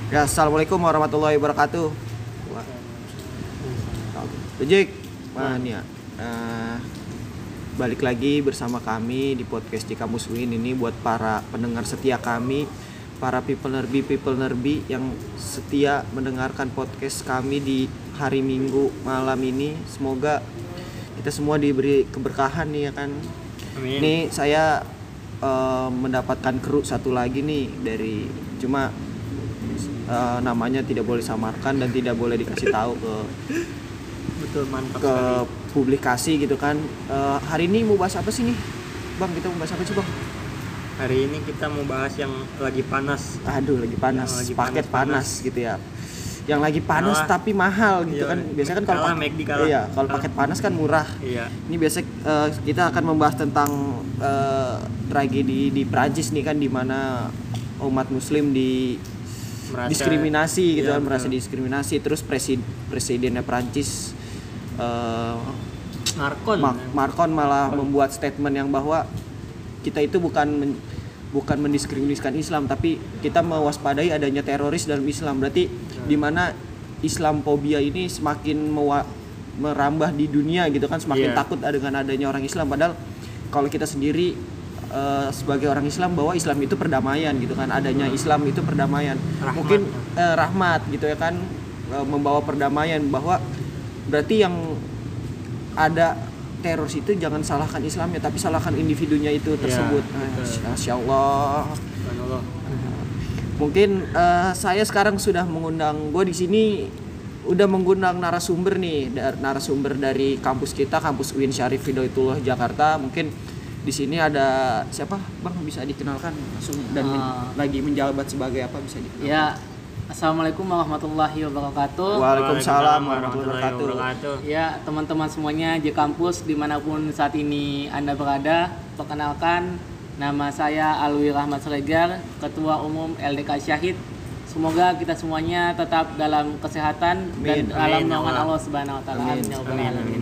Ya, assalamualaikum warahmatullahi wabarakatuh. Wah, Bejek, ya. Balik lagi bersama kami di podcast di Kamus UIN ini buat para pendengar setia kami, para people nerbi yang setia mendengarkan podcast kami di hari Minggu malam ini. Semoga kita semua diberi keberkahan nih ya kan. Amin. Nih saya mendapatkan kru satu lagi nih dari cuma namanya tidak boleh samarkan dan tidak boleh dikasih tahu Betul, mantap ke sekali. publikasi gitu kan. Hari ini mau bahas apa sih nih Bang? Kita mau bahas apa sih Bang? Hari ini kita mau bahas yang lagi panas. Aduh lagi panas, Yang lagi paket panas gitu ya. Yang lagi panas Kalah. tapi mahal gitu Iya, kan. Biasanya kan kalau kalah, McD kalah. iya, kalau paket panas kan murah. Iya. Ini biasa kita akan membahas tentang tragedi di Prancis nih kan, di mana umat muslim diskriminasi gitu iya, kan, merasa betul. diskriminasi. Terus presidennya Prancis Macron malah membuat statement yang bahwa kita itu bukan mendiskriminasikan Islam, tapi kita mewaspadai adanya teroris dalam Islam. Berarti di mana Islamophobia ini semakin merambah di dunia gitu kan, semakin takut dengan adanya orang Islam. Padahal kalau kita sendiri sebagai orang Islam bahwa Islam itu perdamaian gitu kan, adanya Islam itu perdamaian. Rahmat. Mungkin rahmat gitu ya kan, membawa perdamaian. Bahwa berarti yang ada teroris itu jangan salahkan Islamnya, tapi salahkan individunya itu tersebut. Masya Allah. Subhanallah. Mungkin saya sekarang sudah mengundang, gue di sini udah mengundang narasumber nih, narasumber dari kampus kita, kampus UIN Syarif Hidayatullah Jakarta. Mungkin di sini ada siapa Bang, bisa dikenalkan langsung dan lagi menjabat sebagai apa, bisa dikenalkan? Ya, assalamualaikum warahmatullahi wabarakatuh. Waalaikumsalam warahmatullahi wabarakatuh. Ya, teman-teman semuanya di kampus dimanapun saat ini Anda berada, perkenalkan nama saya Alwi Rahmat Sregar, Ketua Umum LDK Syahid. Semoga kita semuanya tetap dalam kesehatan dan dalam naungan Allah Subhanahu wa taala. Amin.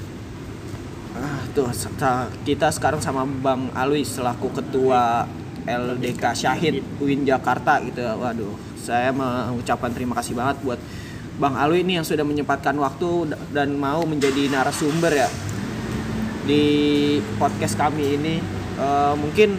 Tuh kita sekarang sama Bang Alwi selaku Ketua LDK Syahid UIN Jakarta gitu ya. Waduh, saya mengucapkan terima kasih banget buat Bang Alwi ini yang sudah menyempatkan waktu dan mau menjadi narasumber ya di podcast kami ini. Mungkin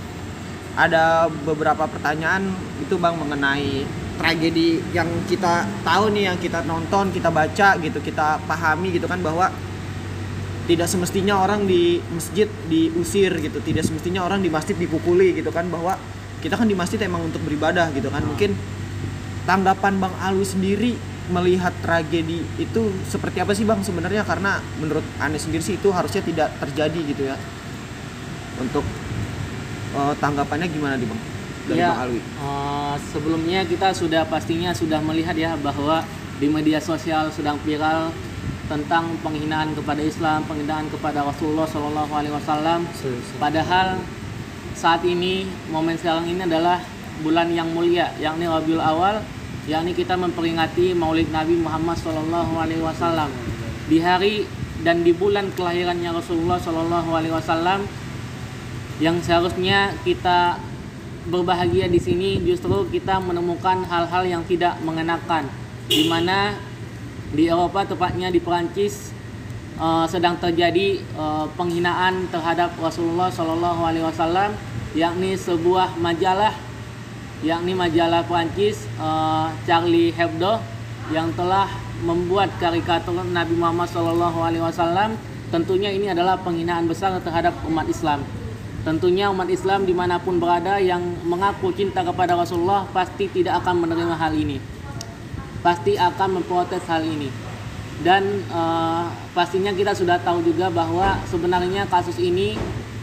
ada beberapa pertanyaan itu Bang mengenai tragedi yang kita tahu nih, yang kita nonton, kita baca gitu, kita pahami gitu kan, bahwa tidak semestinya orang di masjid diusir gitu, tidak semestinya orang di masjid dipukuli gitu kan, bahwa kita kan di masjid emang untuk beribadah gitu kan. Mungkin tanggapan Bang Alwi sendiri melihat tragedi itu seperti apa sih Bang sebenarnya, karena menurut Anda sendiri sih itu harusnya tidak terjadi gitu ya. Untuk tanggapannya gimana nih Bang dari Ya, Bang Alwi? sebelumnya kita pastinya sudah melihat ya bahwa di media sosial sedang viral tentang penghinaan kepada Islam, penghinaan kepada Rasulullah Shallallahu Alaihi Wasallam. Padahal saat ini, momen sekarang ini adalah bulan yang mulia, yakni Rabiul Awal, yakni kita memperingati Maulid Nabi Muhammad Shallallahu Alaihi Wasallam. Di hari dan di bulan kelahirannya Rasulullah Shallallahu Alaihi Wasallam, yang seharusnya kita berbahagia di sini, justru kita menemukan hal-hal yang tidak mengenakan, di mana di Eropa, tepatnya di Perancis, sedang terjadi penghinaan terhadap Rasulullah Shallallahu Alaihi Wasallam, yakni sebuah majalah, yakni majalah Perancis, Charlie Hebdo, yang telah membuat karikatur Nabi Muhammad Shallallahu Alaihi Wasallam. Tentunya ini adalah penghinaan besar terhadap umat Islam. Tentunya umat Islam dimanapun berada yang mengaku cinta kepada Rasulullah pasti tidak akan menerima hal ini, pasti akan memprotes hal ini. Dan pastinya kita sudah tahu juga bahwa sebenarnya kasus ini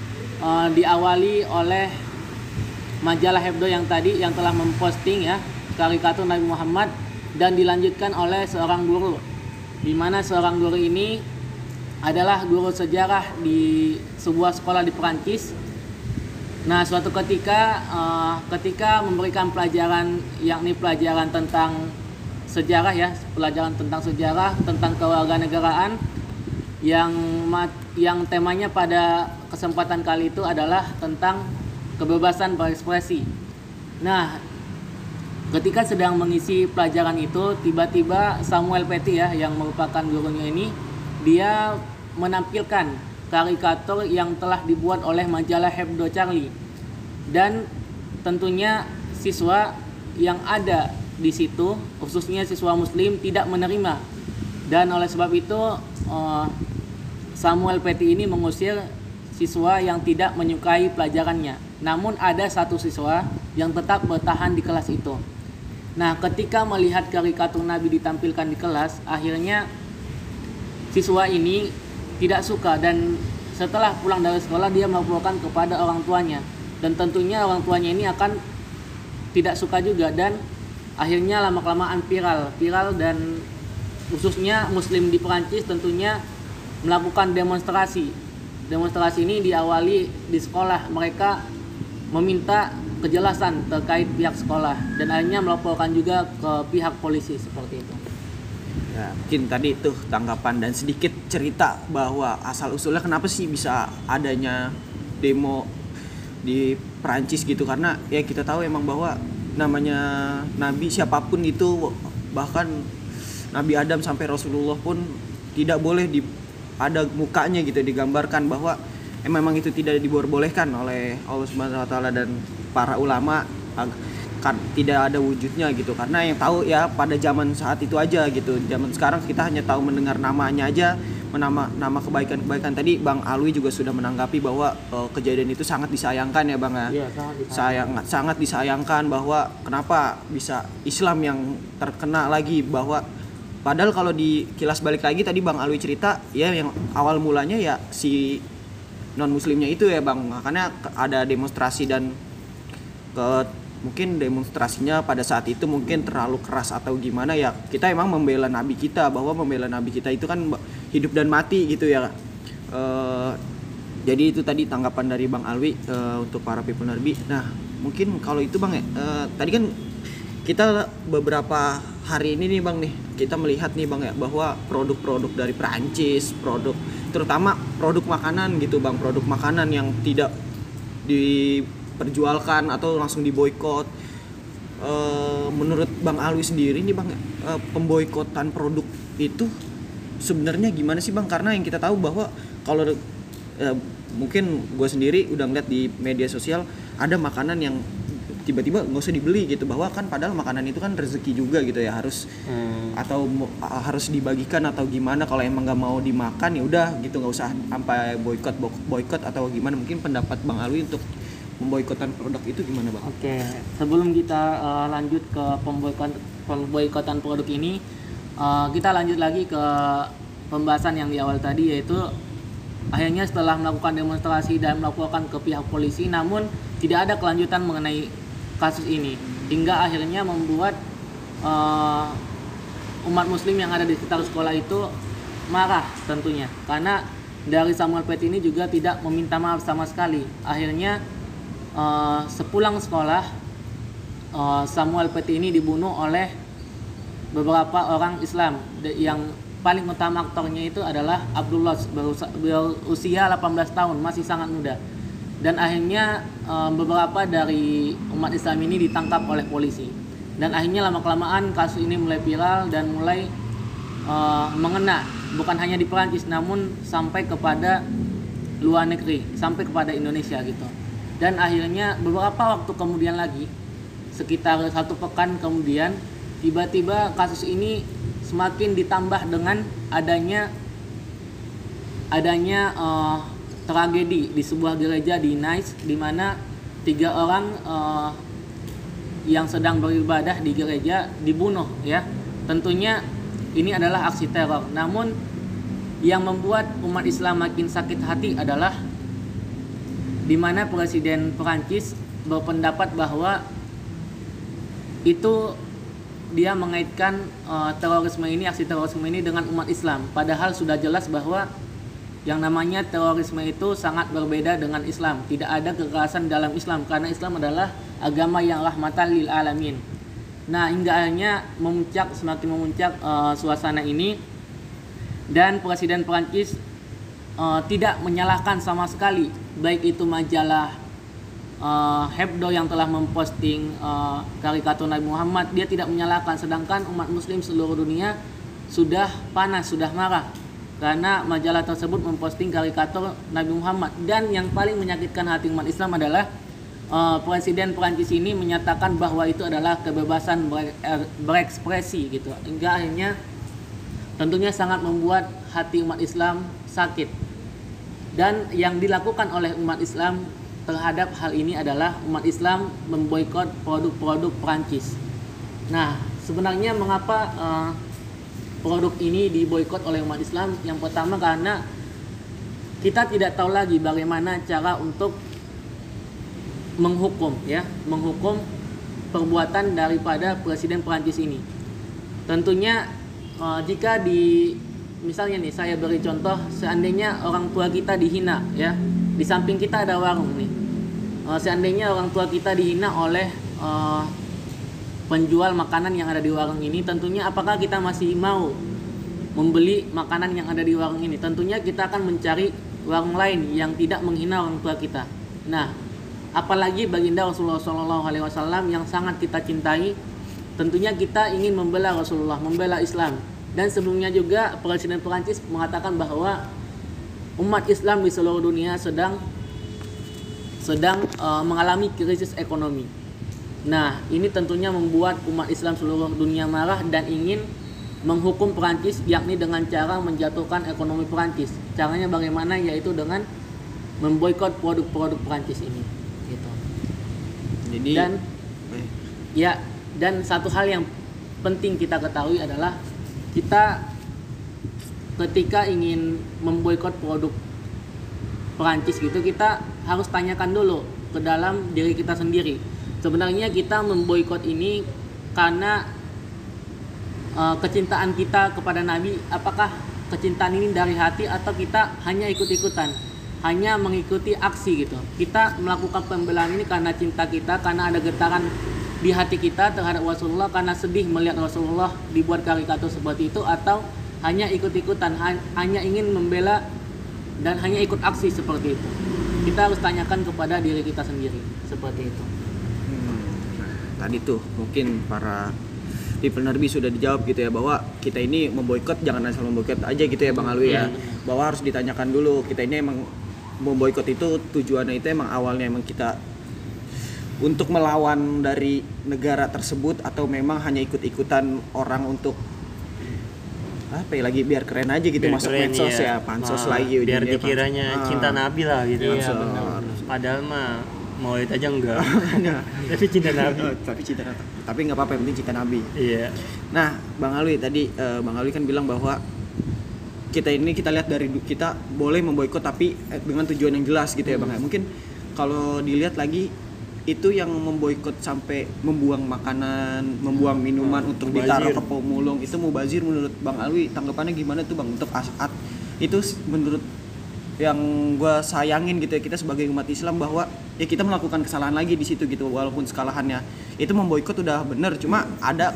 diawali oleh majalah Hebdo yang tadi, yang telah memposting ya karikatur Nabi Muhammad, dan dilanjutkan oleh seorang guru, di mana seorang guru ini adalah guru sejarah di sebuah sekolah di Perancis. Nah, suatu ketika memberikan pelajaran, yakni pelajaran tentang sejarah ya, pelajaran tentang sejarah, tentang kewarganegaraan, yang temanya pada kesempatan kali itu adalah tentang kebebasan berekspresi. Nah, ketika sedang mengisi pelajaran itu, tiba-tiba Samuel Paty ya, yang merupakan gurunya ini, dia menampilkan karikatur yang telah dibuat oleh majalah Hebdo Charlie. Dan tentunya siswa yang ada di situ, khususnya siswa muslim, tidak menerima. Dan oleh sebab itu Samuel Paty ini mengusir siswa yang tidak menyukai pelajarannya. Namun ada satu siswa yang tetap bertahan di kelas itu. Nah, ketika melihat karikatur Nabi ditampilkan di kelas, akhirnya siswa ini tidak suka, dan setelah pulang dari sekolah dia melaporkan kepada orang tuanya. Dan tentunya orang tuanya ini akan tidak suka juga, dan akhirnya lama-kelamaan viral, dan khususnya muslim di Perancis tentunya melakukan demonstrasi. Demonstrasi ini diawali di sekolah. Mereka meminta kejelasan terkait pihak sekolah dan akhirnya melaporkan juga ke pihak polisi seperti itu. Ya, mungkin tadi tuh tanggapan dan sedikit cerita bahwa asal usulnya kenapa sih bisa adanya demo di Perancis gitu, karena ya kita tahu emang bahwa namanya Nabi siapapun itu, bahkan Nabi Adam sampai Rasulullah pun tidak boleh ada mukanya gitu digambarkan, bahwa memang itu tidak dibolehkan oleh Allah Subhanahu wa taala dan para ulama, kan tidak ada wujudnya gitu. Karena yang tahu ya pada zaman saat itu aja gitu. Zaman sekarang kita hanya tahu mendengar namanya aja, nama kebaikan-kebaikan. Tadi Bang Alwi juga sudah menanggapi bahwa kejadian itu sangat disayangkan ya Bang ya. Iya, sangat disayangkan bahwa kenapa bisa Islam yang terkena lagi, bahwa padahal kalau dikilas balik lagi tadi Bang Alwi cerita ya, yang awal mulanya ya si non muslimnya itu ya Bang, makanya ada demonstrasi dan mungkin demonstrasinya pada saat itu mungkin terlalu keras atau gimana ya. Kita emang membela Nabi kita, bahwa membela Nabi kita itu kan hidup dan mati gitu ya. Jadi itu tadi tanggapan dari Bang Alwi untuk para people Narbi. Nah mungkin kalau itu Bang ya, tadi kan kita beberapa hari ini nih Bang nih, kita melihat nih Bang ya, bahwa produk-produk dari Perancis, terutama produk makanan gitu Bang, produk makanan yang tidak diperjualkan atau langsung diboikot. Menurut Bang Alwi sendiri nih Bang, pemboikotan produk itu sebenarnya gimana sih Bang? Karena yang kita tahu bahwa kalau mungkin gue sendiri udah ngeliat di media sosial ada makanan yang tiba-tiba nggak usah dibeli gitu, bahwa kan padahal makanan itu kan rezeki juga gitu ya, harus atau harus dibagikan atau gimana. Kalau emang nggak mau dimakan ya udah gitu, nggak usah sampai boikot atau gimana. Mungkin pendapat Bang Alwi untuk pemboikotan produk itu gimana Bang? Oke, sebelum kita lanjut ke pemboikotan produk ini, kita lanjut lagi ke pembahasan yang di awal tadi, yaitu akhirnya setelah melakukan demonstrasi dan melaporkan ke pihak polisi, namun tidak ada kelanjutan mengenai kasus ini, hingga akhirnya membuat umat muslim yang ada di sekitar sekolah itu marah tentunya, karena dari Samuel Paty ini juga tidak meminta maaf sama sekali. Akhirnya sepulang sekolah Samuel Paty ini dibunuh oleh beberapa orang Islam. Yang paling utama aktornya itu adalah Abdullah, berusia 18 tahun, masih sangat muda. Dan akhirnya beberapa dari umat Islam ini ditangkap oleh polisi. Dan akhirnya lama-kelamaan kasus ini mulai viral dan mulai mengena bukan hanya di Perancis, namun sampai kepada luar negeri, sampai kepada Indonesia gitu. Dan akhirnya beberapa waktu kemudian lagi, sekitar 1 pekan kemudian, tiba-tiba kasus ini semakin ditambah dengan adanya tragedi di sebuah gereja di Nice, di mana 3 orang yang sedang beribadah di gereja dibunuh ya. Tentunya ini adalah aksi teror. Namun yang membuat umat Islam makin sakit hati adalah di mana Presiden Perancis berpendapat bahwa itu dia mengaitkan terorisme ini, aksi terorisme ini dengan umat Islam. Padahal sudah jelas bahwa yang namanya terorisme itu sangat berbeda dengan Islam. Tidak ada kekerasan dalam Islam, karena Islam adalah agama yang rahmatan lil alamin. Nah, hingga akhirnya semakin memuncak suasana ini, dan Presiden Perancis tidak menyalahkan sama sekali baik itu majalah Hebdo yang telah memposting karikatur Nabi Muhammad, dia tidak menyalahkan, sedangkan umat muslim seluruh dunia sudah panas, sudah marah karena majalah tersebut memposting karikatur Nabi Muhammad. Dan yang paling menyakitkan hati umat Islam adalah Presiden Perancis ini menyatakan bahwa itu adalah kebebasan berekspresi gitu, hingga akhirnya tentunya sangat membuat hati umat Islam sakit. Dan yang dilakukan oleh umat Islam terhadap hal ini adalah umat Islam memboikot produk-produk Perancis. Nah, sebenarnya mengapa produk ini diboikot oleh umat Islam? Yang pertama karena kita tidak tahu lagi bagaimana cara untuk menghukum perbuatan daripada Presiden Perancis ini. Tentunya jika misalnya nih, saya beri contoh, seandainya orang tua kita dihina ya, di samping kita ada warung nih, seandainya orang tua kita dihina oleh penjual makanan yang ada di warung ini, tentunya apakah kita masih mau membeli makanan yang ada di warung ini? Tentunya kita akan mencari warung lain yang tidak menghina orang tua kita. Nah, apalagi baginda Rasulullah SAW yang sangat kita cintai, tentunya kita ingin membela Rasulullah, membela Islam. Dan sebelumnya juga Presiden Perancis mengatakan bahwa umat Islam di seluruh dunia sedang mengalami krisis ekonomi. Nah, ini tentunya membuat umat Islam seluruh dunia marah dan ingin menghukum Perancis, yakni dengan cara menjatuhkan ekonomi Perancis. Caranya bagaimana? Yaitu dengan memboikot produk-produk Perancis ini. Gitu. Jadi dan satu hal yang penting kita ketahui adalah kita ketika ingin memboikot produk Perancis gitu, kita harus tanyakan dulu ke dalam diri kita sendiri. Sebenarnya kita memboikot ini karena kecintaan kita kepada Nabi. Apakah kecintaan ini dari hati atau kita hanya ikut-ikutan, hanya mengikuti aksi gitu? Kita melakukan pembelaan ini karena cinta kita, karena ada getaran di hati kita terhadap Rasulullah, karena sedih melihat Rasulullah dibuat karikatur seperti itu, atau hanya ikut-ikutan, hanya ingin membela dan hanya ikut aksi seperti itu? Kita harus tanyakan kepada diri kita sendiri seperti itu. Tadi tuh mungkin para di penerbi sudah dijawab gitu ya, bahwa kita ini memboikot jangan asal memboikot aja gitu ya Bang Alwi ya, bahwa harus ditanyakan dulu kita ini emang memboikot itu tujuannya itu emang awalnya emang kita untuk melawan dari negara tersebut, atau memang hanya ikut-ikutan orang untuk apa ya, lagi biar keren aja gitu, masuk medsos ya, pansos lagi biar dikiranya cinta Nabi lah gitu. Iya, benar. Padahal mah Maulid aja enggak. Tapi cinta Nabi. Tapi nggak apa-apa, yang penting cinta Nabi. Iya. Nah, Bang Alwi tadi Bang Alwi kan bilang bahwa kita lihat dari kita boleh memboikot tapi dengan tujuan yang jelas gitu ya Bang. Mungkin kalau dilihat lagi itu yang memboikot sampai membuang makanan, membuang minuman untuk ditaruh ke pemulung, itu mubazir menurut Bang Alwi. Tanggapannya gimana tuh Bang untuk asat? Itu menurut yang gue sayangin gitu ya, kita sebagai umat Islam, bahwa ya kita melakukan kesalahan lagi di situ gitu, walaupun skalahannya itu memboikot udah bener, cuma ada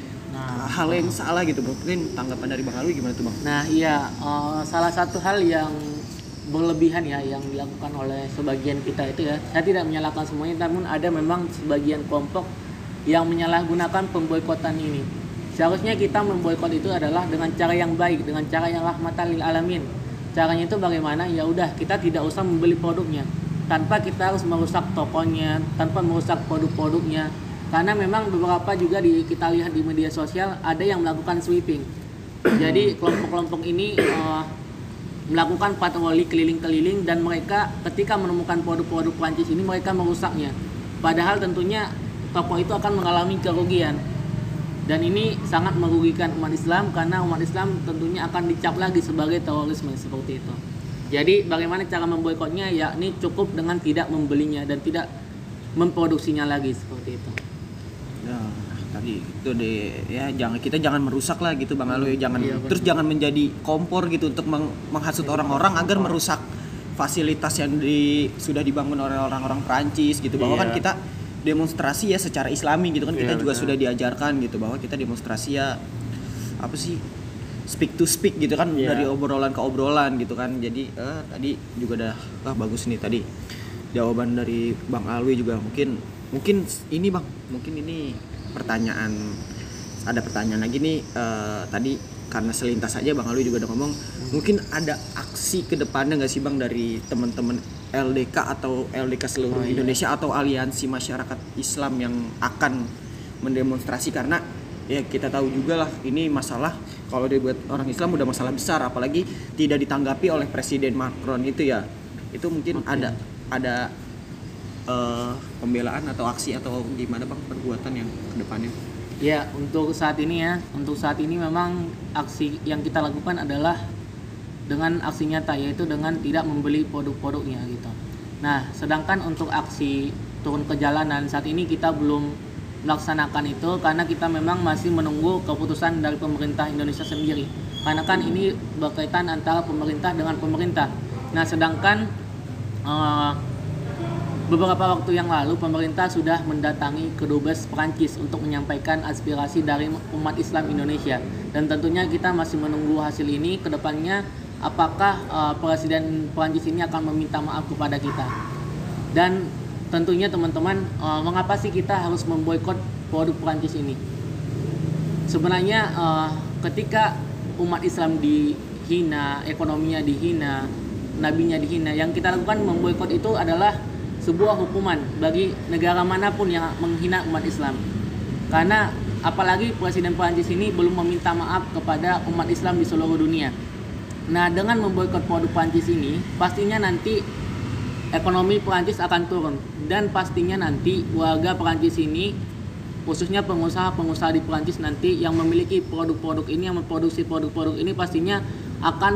hal yang salah gitu. Mungkin tanggapan dari Bang Alwi gimana tuh Bang? Nah iya, salah satu hal yang berlebihan ya yang dilakukan oleh sebagian kita itu ya, saya tidak menyalahkan semuanya, namun ada memang sebagian kelompok yang menyalahgunakan pemboikotan ini. Seharusnya kita memboikot itu adalah dengan cara yang baik, dengan cara yang rahmatan lil alamin. Caranya itu bagaimana? Ya udah, kita tidak usah membeli produknya, tanpa kita harus merusak tokonya, tanpa merusak produk-produknya. Karena memang beberapa juga kita lihat di media sosial ada yang melakukan sweeping. Jadi kelompok-kelompok ini melakukan patroli keliling-keliling, dan mereka ketika menemukan produk-produk Prancis ini mereka merusaknya. Padahal tentunya toko itu akan mengalami kerugian. Dan ini sangat merugikan umat Islam, karena umat Islam tentunya akan dicap lagi sebagai terorisme seperti itu. Jadi bagaimana cara memboikotnya? Yakni cukup dengan tidak membelinya dan tidak memproduksinya lagi seperti itu. Nah, tadi itu deh ya, kita jangan merusak lah gitu Bang Alwi, terus jangan menjadi kompor gitu untuk menghasut orang-orang agar merusak fasilitas yang sudah dibangun oleh orang-orang Prancis gitu, bahwa kan kita demonstrasi ya secara Islami gitu kan, kita juga sudah diajarkan gitu bahwa kita demonstrasi ya apa sih, speak to speak gitu kan, dari obrolan ke obrolan gitu kan. Jadi tadi juga udah bagus nih tadi jawaban dari Bang Alwi juga. Mungkin ini Bang, mungkin ini ada pertanyaan lagi nih. Tadi karena selintas saja Bang Alwi juga udah ngomong, mungkin ada aksi ke depannya nggak sih Bang dari teman-teman LDK atau LDK seluruh Indonesia atau aliansi masyarakat Islam yang akan mendemonstrasi, karena ya kita tahu juga lah ini masalah kalau dibuat orang Islam udah masalah besar, apalagi tidak ditanggapi oleh Presiden Macron itu ya. Itu mungkin ada pembelaan atau aksi atau gimana Bang perbuatan yang ke depannya? Ya, untuk saat ini memang aksi yang kita lakukan adalah dengan aksi nyata, yaitu dengan tidak membeli produk-produknya gitu. Nah, sedangkan untuk aksi turun ke jalanan saat ini kita belum melaksanakan itu karena kita memang masih menunggu keputusan dari pemerintah Indonesia sendiri. Karena kan ini berkaitan antara pemerintah dengan pemerintah. Nah, sedangkan beberapa waktu yang lalu pemerintah sudah mendatangi kedubes Perancis untuk menyampaikan aspirasi dari umat Islam Indonesia, dan tentunya kita masih menunggu hasil ini ke depannya apakah Presiden Perancis ini akan meminta maaf kepada kita. Dan tentunya teman-teman, mengapa sih kita harus memboikot produk Perancis ini? Sebenarnya ketika umat Islam dihina, ekonominya dihina, nabinya dihina, yang kita lakukan memboikot itu adalah sebuah hukuman bagi negara manapun yang menghina umat Islam. Karena apalagi Presiden Perancis ini belum meminta maaf kepada umat Islam di seluruh dunia. Nah, dengan memboikot produk Perancis ini, pastinya nanti ekonomi Perancis akan turun, dan pastinya nanti warga Perancis ini, khususnya pengusaha-pengusaha di Perancis nanti yang memiliki produk-produk ini, yang memproduksi produk-produk ini, pastinya akan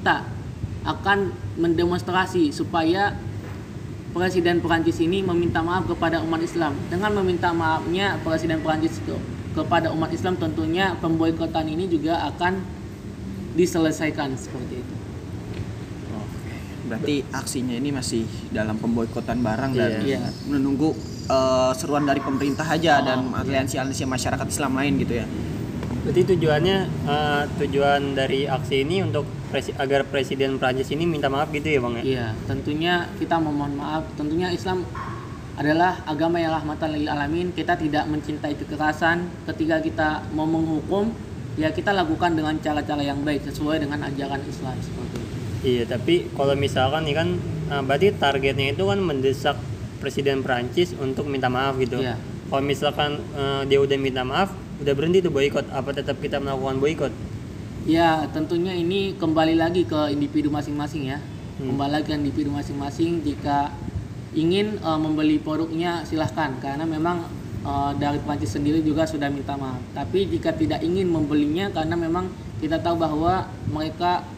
mendemonstrasi supaya Presiden Perancis ini meminta maaf kepada umat Islam. Dengan meminta maafnya Presiden Perancis kepada umat Islam, tentunya pemboikotan ini juga akan diselesaikan seperti itu. Oke, berarti aksinya ini masih dalam pemboikotan barang dan Iya. menunggu seruan dari pemerintah aja dan aliansi masyarakat Islam lain gitu ya. Berarti tujuan dari aksi ini untuk agar Presiden Prancis ini minta maaf gitu ya Bang ya? Iya, tentunya kita memohon maaf. Tentunya Islam adalah agama yang rahmatan lil alamin. Kita tidak mencintai kekerasan. Ketika kita mau menghukum, ya kita lakukan dengan cara-cara yang baik sesuai dengan ajaran Islam seperti itu. Iya, tapi kalau misalkan nih kan berarti targetnya itu kan mendesak Presiden Prancis untuk minta maaf gitu. Iya. Kalau misalkan dia udah minta maaf, udah berhenti tuh boikot, apa tetap kita melakukan boikot? Ya, tentunya ini kembali lagi ke individu masing-masing ya. Kembali lagi ke individu masing-masing. Jika ingin membeli produknya silahkan, karena memang dari Prancis sendiri juga sudah minta maaf. Tapi jika tidak ingin membelinya, karena memang kita tahu bahwa mereka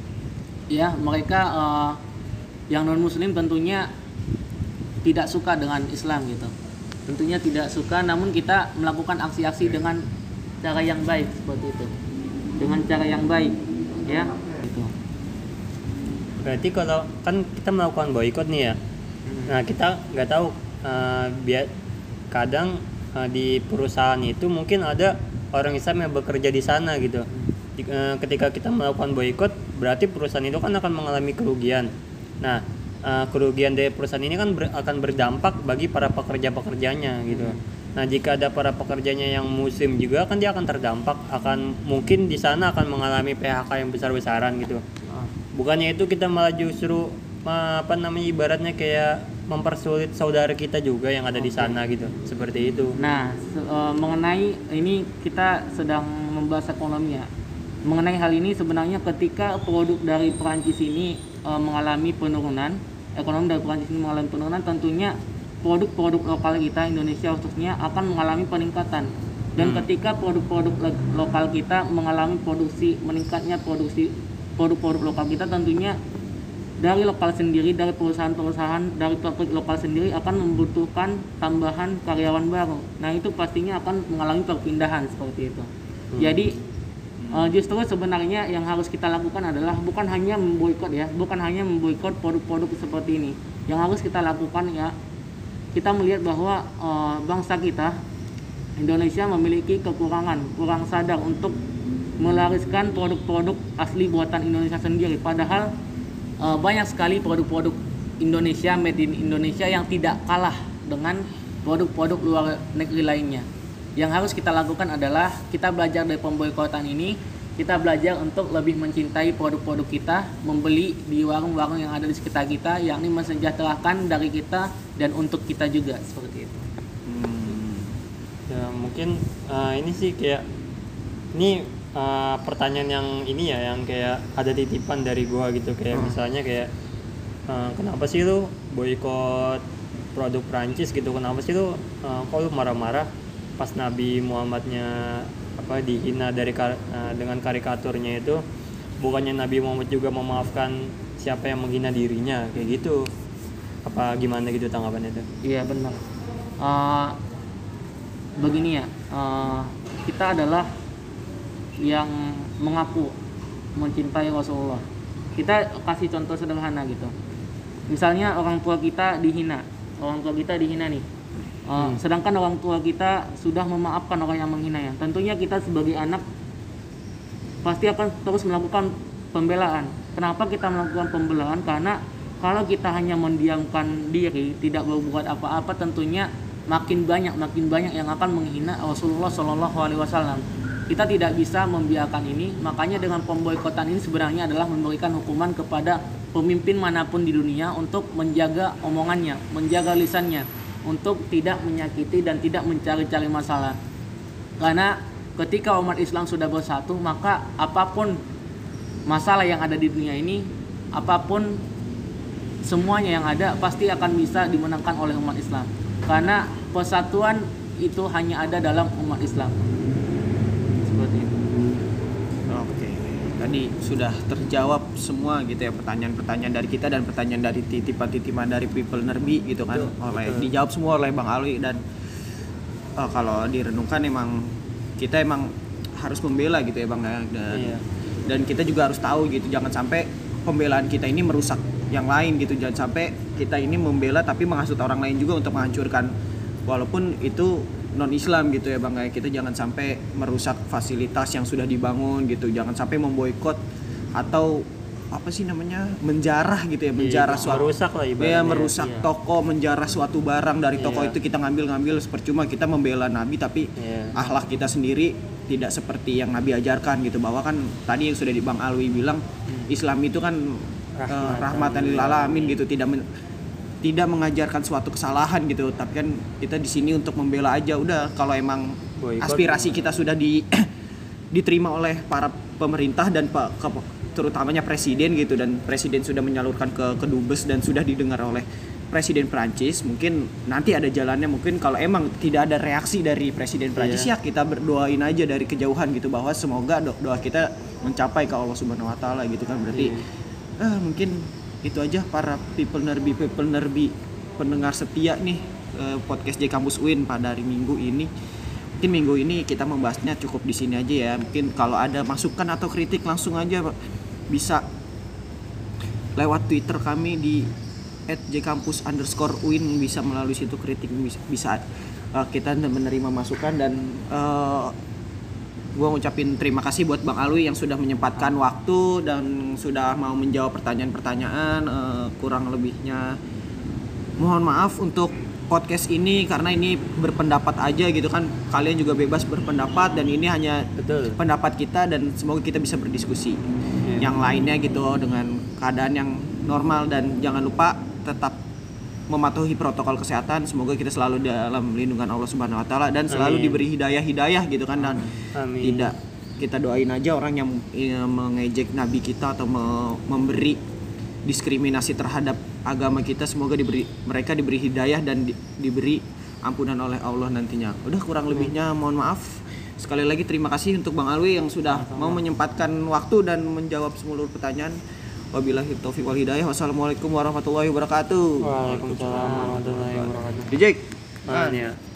yang non Muslim tentunya tidak suka dengan Islam gitu. Tentunya tidak suka, namun kita melakukan aksi-aksi dengan cara yang baik seperti itu. Dengan cara yang baik, ya. Gitu. Berarti kalau kan kita melakukan boikot nih ya, nah kita nggak tahu kadang di perusahaan itu mungkin ada orang Islam yang bekerja di sana gitu. Ketika kita melakukan boikot, berarti perusahaan itu kan akan mengalami kerugian. Nah, kerugian dari perusahaan ini kan akan berdampak bagi para pekerja-pekerjanya gitu. Nah, jika ada para pekerjanya yang muslim juga kan dia akan terdampak, mungkin di sana akan mengalami PHK yang besar-besaran gitu. Bukannya itu kita malah justru ibaratnya kayak mempersulit saudara kita juga yang ada di sana gitu. Seperti itu. Nah, mengenai ini kita sedang membahas ekonomi ya. Mengenai hal ini sebenarnya ketika produk dari Perancis ini mengalami penurunan, ekonomi dari Perancis ini mengalami penurunan, tentunya produk-produk lokal kita Indonesia khususnya akan mengalami peningkatan. Dan ketika produk-produk lokal kita mengalami meningkatnya produksi produk-produk lokal kita, tentunya dari lokal sendiri, dari perusahaan-perusahaan, dari pabrik lokal sendiri akan membutuhkan tambahan karyawan baru. Nah, itu pastinya akan mengalami perpindahan seperti itu. Jadi justru sebenarnya yang harus kita lakukan adalah bukan hanya memboikot produk-produk seperti ini. Yang harus kita lakukan ya, kita melihat bahwa bangsa kita Indonesia memiliki kurang sadar untuk melariskan produk-produk asli buatan Indonesia sendiri. Padahal banyak sekali produk-produk Indonesia, made in Indonesia yang tidak kalah dengan produk-produk luar negeri lainnya. Yang harus kita lakukan adalah kita belajar dari pemboikotan ini, kita belajar untuk lebih mencintai produk-produk kita, membeli di warung-warung yang ada di sekitar kita, yakni mensejahterakan dari kita dan untuk kita juga, seperti itu. Ya mungkin ini sih kayak ini pertanyaan yang ini ya, yang kayak ada titipan dari gua gitu, kayak misalnya kayak kenapa sih lu boikot produk Prancis gitu, kenapa sih lu kok lu marah-marah pas Nabi Muhammadnya dihina dengan karikaturnya itu, bukannya Nabi Muhammad juga memaafkan siapa yang menghina dirinya, kayak gitu, apa gimana gitu tanggapan itu? Iya benar. Begini ya, kita adalah yang mengaku mencintai Rasulullah. Kita kasih contoh sederhana gitu. Misalnya orang tua kita dihina nih. Sedangkan orang tua kita sudah memaafkan orang yang menghinanya. Tentunya kita sebagai anak pasti akan terus melakukan pembelaan. Kenapa kita melakukan pembelaan? Karena kalau kita hanya mendiamkan diri, tidak berbuat apa-apa, tentunya makin banyak yang akan menghina Rasulullah SAW. Kita tidak bisa membiarkan ini. Makanya dengan pemboikotan ini sebenarnya adalah memberikan hukuman kepada pemimpin manapun di dunia untuk menjaga omongannya, menjaga lisannya, untuk tidak menyakiti dan tidak mencari-cari masalah. Karena ketika umat Islam sudah bersatu, maka apapun masalah yang ada di dunia ini, apapun semuanya yang ada pasti akan bisa dimenangkan oleh umat Islam. Karena persatuan itu hanya ada dalam umat Islam. Seperti itu. Oke, tadi sudah terjawab semua gitu ya, pertanyaan-pertanyaan dari kita dan pertanyaan dari titipan-titipan dari People Nerbi gitu kan. Dijawab semua oleh Bang Alwi. Dan kalau direnungkan emang kita emang harus membela gitu ya Bang ya. Dan kita juga harus tahu gitu, jangan sampai pembelaan kita ini merusak yang lain gitu. Jangan sampai kita ini membela tapi menghasut orang lain juga untuk menghancurkan, walaupun itu non Islam gitu ya Bang ya. Kita jangan sampai merusak fasilitas yang sudah dibangun gitu, jangan sampai memboikot atau apa sih namanya, menjarah gitu ya, menjarah suatu, merusak lah ibaratnya. merusak toko, menjarah suatu barang dari toko itu, kita ngambil percuma kita membela Nabi tapi akhlak kita sendiri tidak seperti yang Nabi ajarkan gitu. Bahwa kan tadi yang sudah di Bang Alwi bilang, Islam itu kan rahmatan lil alamin gitu, tidak mengajarkan suatu kesalahan gitu, tapi kan kita di sini untuk membela aja. Udah, kalau emang aspirasi kita sudah diterima oleh para pemerintah dan terutamanya presiden gitu, dan presiden sudah menyalurkan ke Dubes dan sudah didengar oleh Presiden Prancis, mungkin nanti ada jalannya. Mungkin kalau emang tidak ada reaksi dari Presiden Prancis, ya kita berdoain aja dari kejauhan gitu, bahwa semoga doa kita mencapai ke Allah Subhanahu wa taala gitu kan. Berarti mungkin itu aja para people nerbi pendengar setia nih podcast J Kampus UIN pada hari Minggu ini. Mungkin minggu ini kita membahasnya cukup di sini aja ya. Mungkin kalau ada masukan atau kritik langsung aja bisa lewat Twitter kami di @jkampus_UIN, bisa melalui situ kritik, bisa kita menerima masukan. Dan gue ngucapin terima kasih buat Bang Alwi yang sudah menyempatkan waktu dan sudah mau menjawab pertanyaan-pertanyaan. Kurang lebihnya mohon maaf untuk podcast ini, karena ini berpendapat aja gitu kan. Kalian juga bebas berpendapat dan ini hanya pendapat kita, dan semoga kita bisa berdiskusi yang lainnya gitu dengan keadaan yang normal. Dan jangan lupa tetap mematuhi protokol kesehatan. Semoga kita selalu dalam lindungan Allah Subhanahu wa taala dan selalu diberi hidayah gitu kan. Dan tidak, kita doain aja orang yang mengejek nabi kita atau memberi diskriminasi terhadap agama kita, semoga mereka diberi hidayah dan diberi ampunan oleh Allah nantinya. Udah, kurang lebihnya mohon maaf. Sekali lagi terima kasih untuk Bang Alwi yang sudah mau menyempatkan waktu dan menjawab seluruh pertanyaan. Wabillahi taufiq wal hidayah. Wassalamualaikum warahmatullahi wabarakatuh. Waalaikumsalam warahmatullahi wabarakatuh. Dijek.